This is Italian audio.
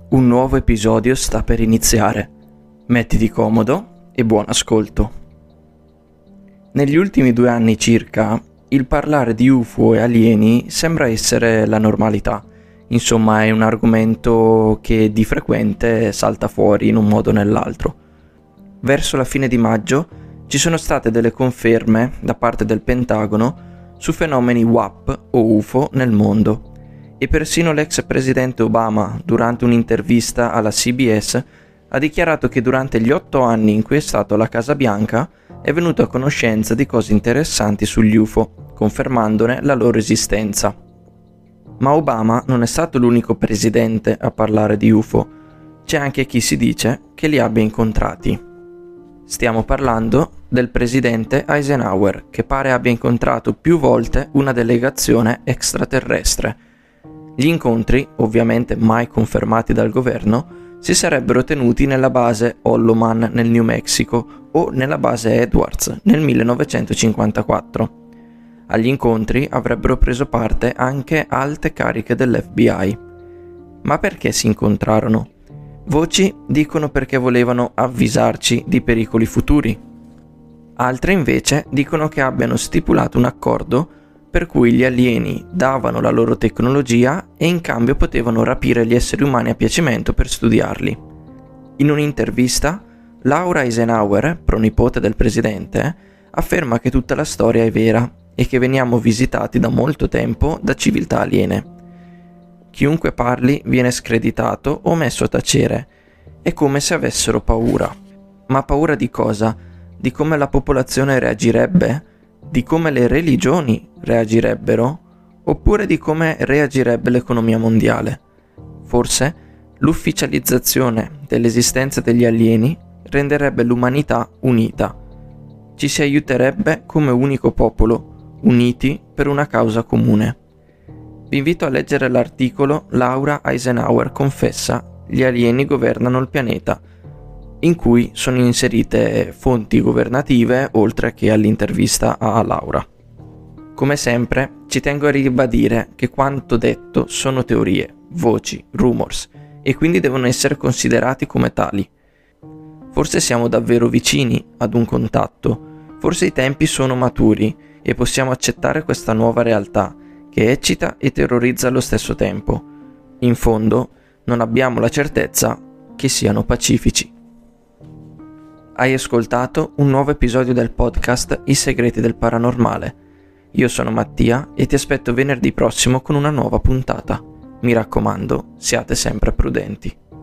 Un nuovo episodio sta per iniziare. Mettiti comodo e buon ascolto. Negli ultimi 2 anni circa, il parlare di UFO e alieni sembra essere la normalità. Insomma, è un argomento che di frequente salta fuori in un modo o nell'altro. Verso la fine di maggio ci sono state delle conferme da parte del Pentagono su fenomeni UAP o UFO nel mondo. E persino l'ex presidente Obama, durante un'intervista alla CBS, ha dichiarato che durante gli 8 anni in cui è stato alla Casa Bianca è venuto a conoscenza di cose interessanti sugli UFO, confermandone la loro esistenza. Ma Obama non è stato l'unico presidente a parlare di UFO, c'è anche chi si dice che li abbia incontrati. Stiamo parlando del presidente Eisenhower, che pare abbia incontrato più volte una delegazione extraterrestre. Gli incontri, ovviamente mai confermati dal governo, si sarebbero tenuti nella base Holloman nel New Mexico o nella base Edwards nel 1954. Agli incontri avrebbero preso parte anche alte cariche dell'FBI. Ma perché si incontrarono? Voci dicono perché volevano avvisarci di pericoli futuri. Altre invece dicono che abbiano stipulato un accordo per cui gli alieni davano la loro tecnologia e in cambio potevano rapire gli esseri umani a piacimento per studiarli. In un'intervista, Laura Eisenhower, pronipote del presidente, afferma che tutta la storia è vera e che veniamo visitati da molto tempo da civiltà aliene. Chiunque parli viene screditato o messo a tacere. È come se avessero paura. Ma paura di cosa? Di come la popolazione reagirebbe? Di come le religioni reagirebbero? Oppure di come reagirebbe l'economia mondiale? Forse l'ufficializzazione dell'esistenza degli alieni renderebbe l'umanità unita. Ci si aiuterebbe come unico popolo, uniti per una causa comune. Vi invito a leggere l'articolo Laura Eisenhower confessa: gli alieni governano il pianeta, in cui sono inserite fonti governative oltre che all'intervista a Laura. Come sempre, ci tengo a ribadire che quanto detto sono teorie, voci, rumors e quindi devono essere considerati come tali. Forse siamo davvero vicini ad un contatto, forse i tempi sono maturi e possiamo accettare questa nuova realtà che eccita e terrorizza allo stesso tempo. In fondo, non abbiamo la certezza che siano pacifici. Hai ascoltato un nuovo episodio del podcast I segreti del paranormale. Io sono Mattia e ti aspetto venerdì prossimo con una nuova puntata. Mi raccomando, siate sempre prudenti.